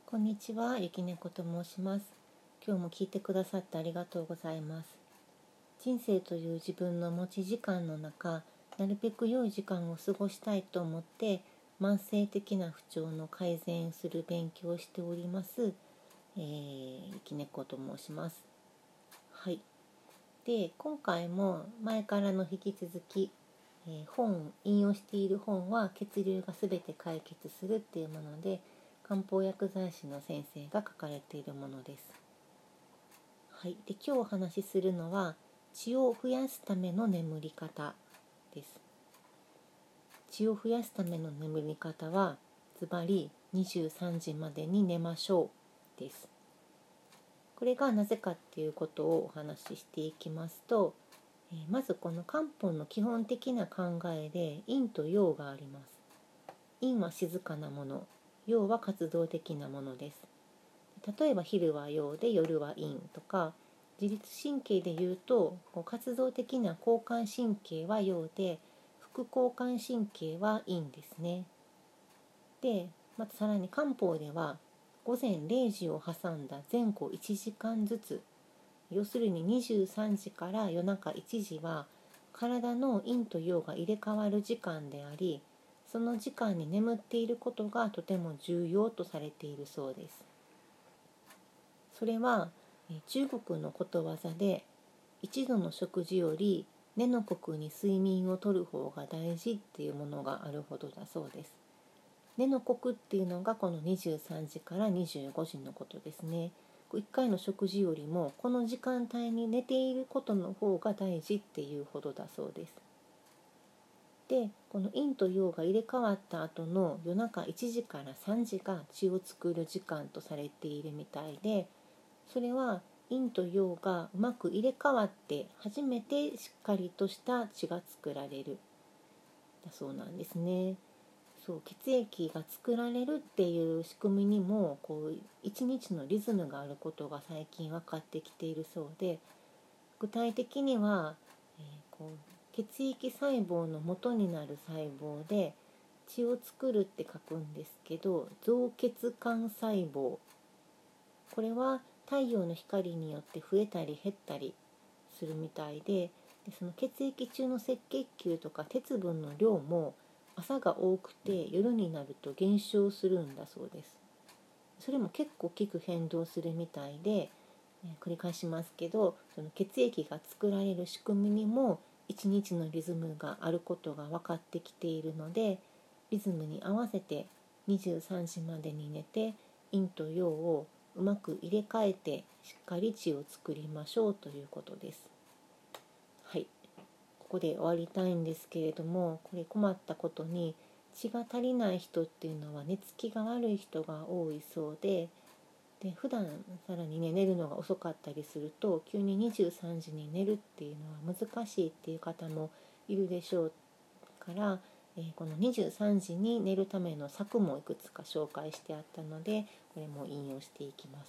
こんにちは、ゆきねこと申します。今日も聞いてくださってありがとうございます。人生という自分の持ち時間の中、なるべく良い時間を過ごしたいと思って、慢性的な不調の改善する勉強をしております。ゆきねこと申します。はい。で、今回も前からの引き続き、引用している本は血流がすべて解決するっていうもので、漢方薬剤師の先生が書かれているものです。はい、で今日お話しするのは血を増やすための眠り方です。血を増やすための眠り方はズバリ23時までに寝ましょうです。これがなぜかっていうことをお話ししていきますと、まずこの漢方の基本的な考えで陰と陽があります。陰は静かなもの、陽は活動的なものです。例えば昼は陽で夜は陰とか、自律神経でいうと活動的な交感神経は陽で副交感神経は陰ですね。でまたさらに漢方では午前0時を挟んだ前後1時間ずつ、要するに23時から夜中1時は体の陰と陽が入れ替わる時間であり、その時間に眠っていることがとても重要とされているそうです。それは中国のことわざで、一度の食事より根の濃に睡眠をとる方が大事っていうものがあるほどだそうです。根の濃っていうのがこの23時から25時のことですね。1回の食事よりもこの時間帯に寝ていることの方が大事っていうほどだそうです。でこの陰と陽が入れ替わった後の夜中1時から3時が血を作る時間とされているみたいで、それは陰と陽がうまく入れ替わって初めてしっかりとした血が作られるだそうなんですね。そう血液が作られるっていう仕組みにも一日のリズムがあることが最近分かってきているそうで、具体的には、血液細胞の元になる細胞で血を作るって書くんですけど、造血管細胞、これは太陽の光によって増えたり減ったりするみたいで、その血液中の赤血球とか鉄分の量も朝が多くて夜になると減少するんだそうです。それも結構大きく変動するみたいで、繰り返しますけど、その血液が作られる仕組みにも一日のリズムがあることが分かってきているので、リズムに合わせて23時までに寝て陰と陽をうまく入れ替えてしっかり血を作りましょうということです。はい、ここで終わりたいんですけれども、これ困ったことに血が足りない人っていうのは寝つきが悪い人が多いそうで、普段さらにね寝るのが遅かったりすると急に23時に寝るっていうのは難しいっていう方もいるでしょうから、この23時に寝るための策もいくつか紹介してあったので、これも引用していきます。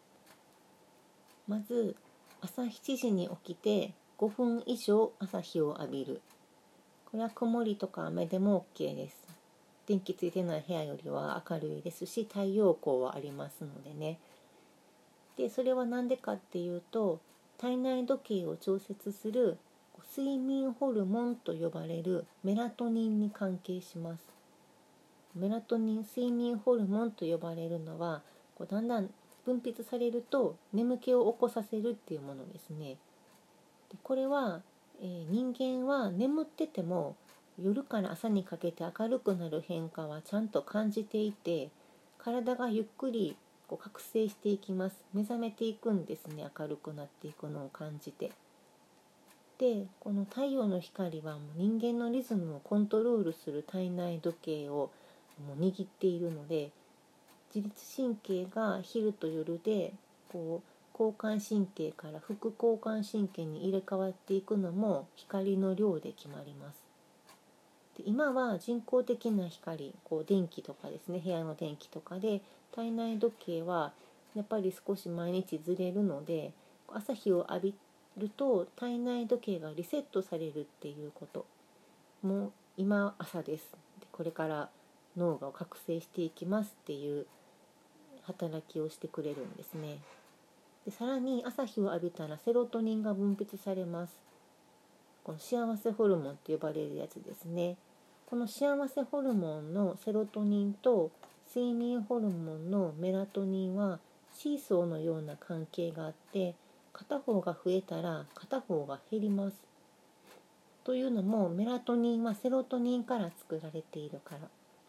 まず朝7時に起きて5分以上朝日を浴びる。これは曇りとか雨でも OK です。電気ついてない部屋よりは明るいですし、太陽光はありますのでね。でそれは何でかっていうと、体内時計を調節する睡眠ホルモンと呼ばれるメラトニンに関係します。メラトニン、睡眠ホルモンと呼ばれるのはだんだん分泌されると眠気を起こさせるっていうものですね。でこれは、人間は眠ってても夜から朝にかけて明るくなる変化はちゃんと感じていて、体がゆっくり覚醒していきます。目覚めていくんですね。明るくなっていくのを感じて。でこの太陽の光はもう人間のリズムをコントロールする体内時計をもう握っているので、自律神経が昼と夜で交感神経から副交感神経に入れ替わっていくのも光の量で決まります。で今は人工的な光、電気とかですね、部屋の電気とかで体内時計はやっぱり少し毎日ずれるので、朝日を浴びると体内時計がリセットされるっていうこと。もう今朝です。でこれから脳が覚醒していきますっていう働きをしてくれるんですね。でさらに朝日を浴びたらセロトニンが分泌されます。この幸せホルモンと呼ばれるやつですね。この幸せホルモンのセロトニンと睡眠ホルモンのメラトニンはシーソーのような関係があって、片方が増えたら片方が減ります。というのもメラトニンはセロトニンから作られているから。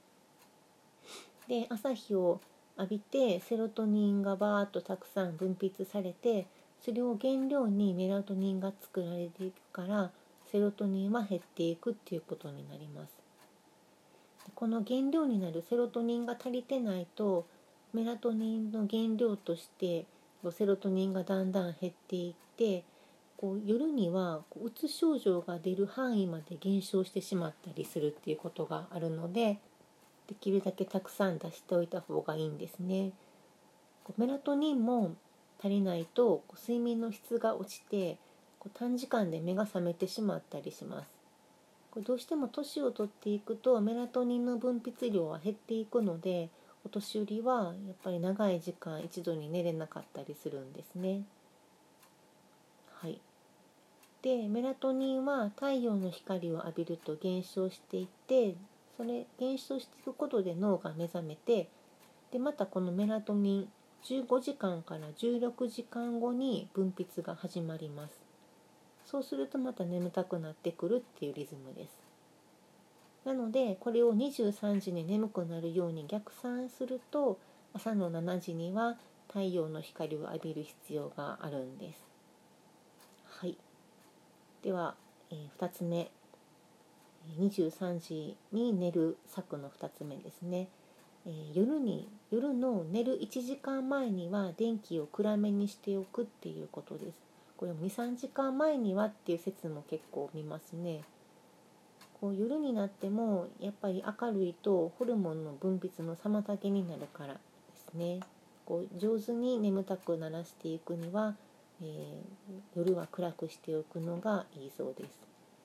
で朝日を浴びてセロトニンがバーッとたくさん分泌されて、それを原料にメラトニンが作られていくからセロトニンは減っていくっていうことになります。この原料になるセロトニンが足りてないと、メラトニンの原料としてセロトニンがだんだん減っていって、夜にはうつ症状が出る範囲まで減少してしまったりするっていうことがあるので、できるだけたくさん出しておいた方がいいんですね。メラトニンも足りないと睡眠の質が落ちて短時間で目が覚めてしまったりします。どうしても年を取っていくとメラトニンの分泌量は減っていくので、お年寄りはやっぱり長い時間一度に寝れなかったりするんですね。はい。でメラトニンは太陽の光を浴びると減少していって、それ減少していくことで脳が目覚めて、でまたこのメラトニン15時間から16時間後に分泌が始まります。そうするとまた眠たくなってくるっていうリズムです。なのでこれを23時に眠くなるように逆算すると、朝の7時には太陽の光を浴びる必要があるんです。はい。では、2つ目、23時に寝る策の2つ目ですね。夜の寝る1時間前には電気を暗めにしておくっていうことです。これ 2,3 時間前にはっていう説も結構見ますね。夜になってもやっぱり明るいとホルモンの分泌の妨げになるからですね。上手に眠たくならしていくには、夜は暗くしておくのがいいそうです。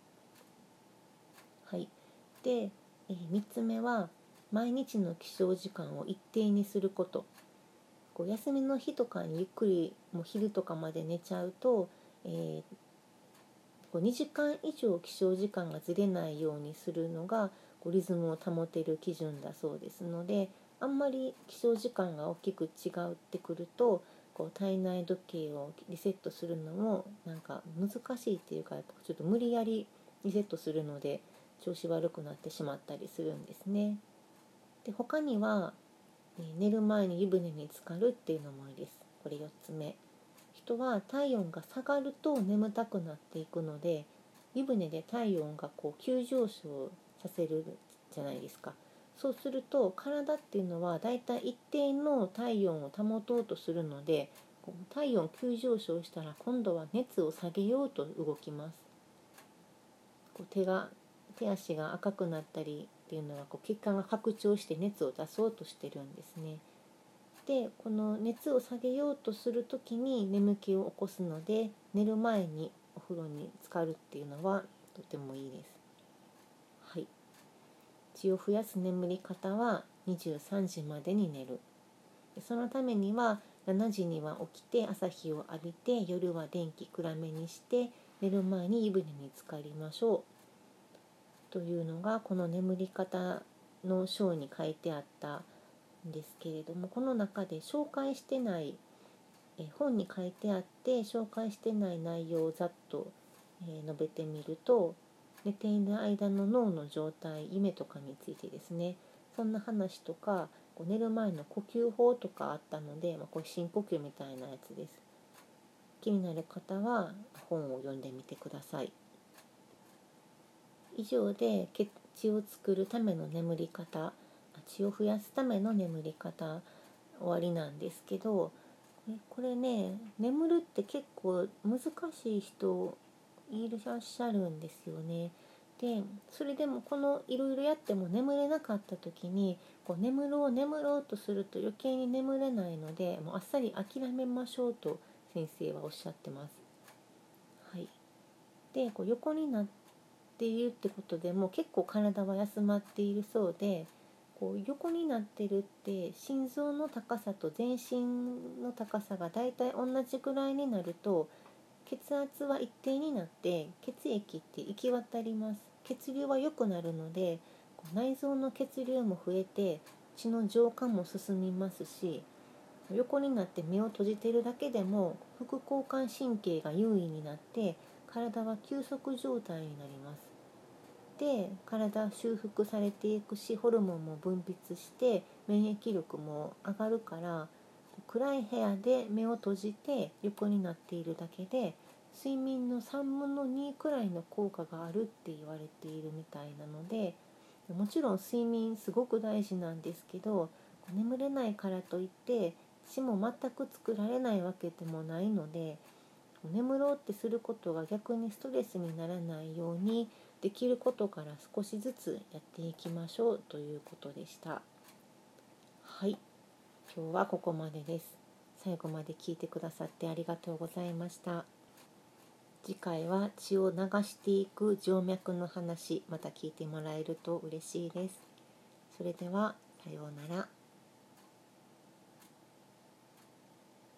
はい。で、3つ目は毎日の起床時間を一定にすること。休みの日とかにゆっくりもう昼とかまで寝ちゃうと、2時間以上起床時間がずれないようにするのがリズムを保てる基準だそうですので、あんまり起床時間が大きく違ってくると体内時計をリセットするのもなんか難しいっていうか、ちょっと無理やりリセットするので調子悪くなってしまったりするんですね。で他には、寝る前に湯船に浸かるっていうのもいいです。これ4つ目。人は体温が下がると眠たくなっていくので、湯船で体温が急上昇させるじゃないですか。そうすると体っていうのはだいたい一定の体温を保とうとするので、体温急上昇したら今度は熱を下げようと動きます。手足が赤くなったりっていうのは血管が拡張して熱を出そうとしてるんですね。でこの熱を下げようとするときに眠気を起こすので、寝る前にお風呂に浸かるっていうのはとてもいいです。はい。血を増やす眠り方は23時までに寝る。そのためには7時には起きて朝日を浴びて、夜は電気暗めにして寝る前に湯船に浸かりましょうというのがこの眠り方の章に書いてあったですけれども、この中で紹介してない本に書いてあって紹介してない内容をざっと述べてみると、寝ている間の脳の状態、夢とかについてですね、そんな話とか寝る前の呼吸法とかあったので、これ深呼吸みたいなやつです。気になる方は本を読んでみてください。以上で血を作るための眠り方、血を増やすための眠り方終わりなんですけど、これね、眠るって結構難しい人いらっしゃるんですよね。でそれでもいろいろやっても眠れなかった時に眠ろうとすると余計に眠れないので、もうあっさり諦めましょうと先生はおっしゃってます。はい。で横になっているってことでも結構体は休まっているそうで、 こう横になってるって心臓の高さと全身の高さがだいたい同じぐらいになると血圧は一定になって血液って行き渡ります。血流は良くなるので内臓の血流も増えて血の浄化も進みますし、横になって目を閉じているだけでも副交感神経が優位になって体は休息状態になります。で、体修復されていくしホルモンも分泌して免疫力も上がるから、暗い部屋で目を閉じて横になっているだけで睡眠の3分の2くらいの効果があるって言われているみたいなので、もちろん睡眠すごく大事なんですけど、眠れないからといって死も全く作られないわけでもないので、眠ろうってすることが逆にストレスにならないようにできることから少しずつやっていきましょうということでした。はい、今日はここまでです。最後まで聞いてくださってありがとうございました。次回は血を流していく静脈の話、また聞いてもらえると嬉しいです。それでは、さようなら。